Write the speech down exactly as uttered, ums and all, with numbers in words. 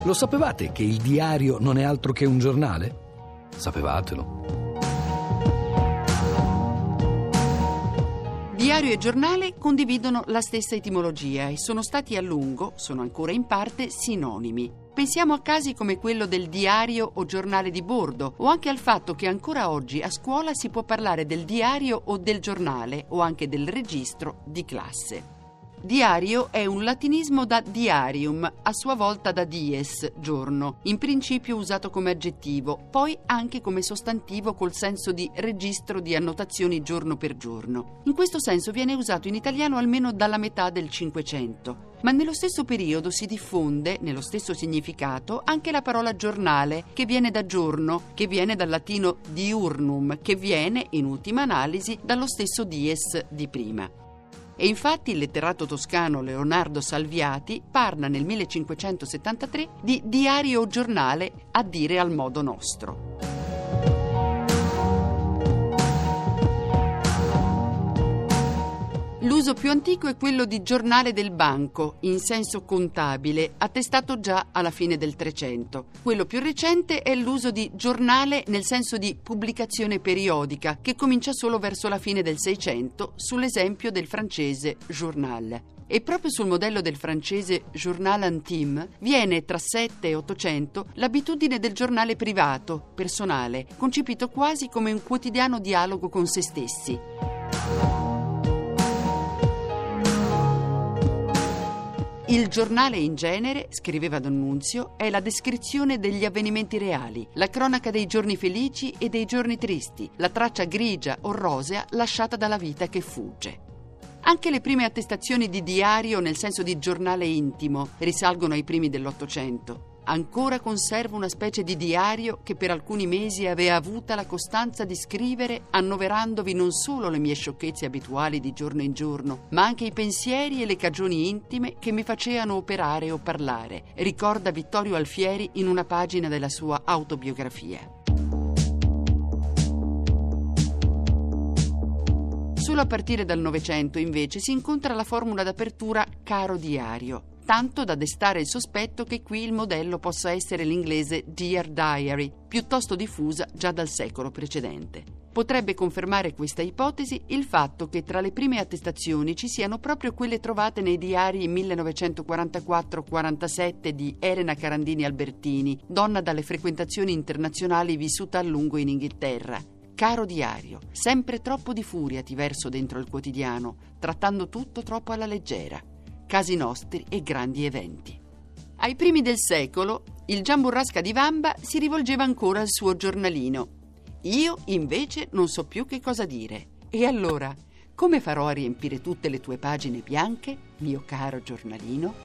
Lo sapevate che il diario non è altro che un giornale? Sapevatelo. Diario e giornale condividono la stessa etimologia e sono stati a lungo, sono ancora in parte, sinonimi. Pensiamo a casi come quello del diario o giornale di bordo, o anche al fatto che ancora oggi a scuola si può parlare del diario o del giornale, o anche del registro di classe. Diario è un latinismo da diarium, a sua volta da dies, giorno, in principio usato come aggettivo, poi anche come sostantivo col senso di registro di annotazioni giorno per giorno. In questo senso viene usato in italiano almeno dalla metà del Cinquecento. Ma nello stesso periodo si diffonde, nello stesso significato, anche la parola giornale, che viene da giorno, che viene dal latino diurnum, che viene, in ultima analisi, dallo stesso dies di prima. E infatti il letterato toscano Leonardo Salviati parla nel millecinquecentosettantatré di diario o giornale a dire al modo nostro. L'uso più antico è quello di giornale del banco, in senso contabile, attestato già alla fine del Trecento. Quello più recente è l'uso di giornale nel senso di pubblicazione periodica, che comincia solo verso la fine del Seicento, sull'esempio del francese journal. E proprio sul modello del francese journal intime viene tra sette e ottocento l'abitudine del giornale privato, personale, concepito quasi come un quotidiano dialogo con se stessi. Il giornale in genere, scriveva D'Annunzio, è la descrizione degli avvenimenti reali, la cronaca dei giorni felici e dei giorni tristi, la traccia grigia o rosea lasciata dalla vita che fugge. Anche le prime attestazioni di diario nel senso di giornale intimo risalgono ai primi dell'Ottocento. Ancora conservo una specie di diario che per alcuni mesi aveva avuta la costanza di scrivere annoverandovi non solo le mie sciocchezze abituali di giorno in giorno, ma anche i pensieri e le cagioni intime che mi facevano operare o parlare, ricorda Vittorio Alfieri in una pagina della sua autobiografia. Solo a partire dal Novecento, invece, si incontra la formula d'apertura caro diario, tanto da destare il sospetto che qui il modello possa essere l'inglese Dear Diary, piuttosto diffusa già dal secolo precedente. Potrebbe confermare questa ipotesi il fatto che tra le prime attestazioni ci siano proprio quelle trovate nei diari millenovecentoquarantaquattro quarantasette di Elena Carandini Albertini, donna dalle frequentazioni internazionali vissuta a lungo in Inghilterra. Caro diario, sempre troppo di furia ti verso dentro il quotidiano, trattando tutto troppo alla leggera. Casi nostri e grandi eventi. Ai primi del secolo, il Gian Burrasca di Vamba si rivolgeva ancora al suo giornalino. Io, invece, non so più che cosa dire. E allora, come farò a riempire tutte le tue pagine bianche, mio caro giornalino?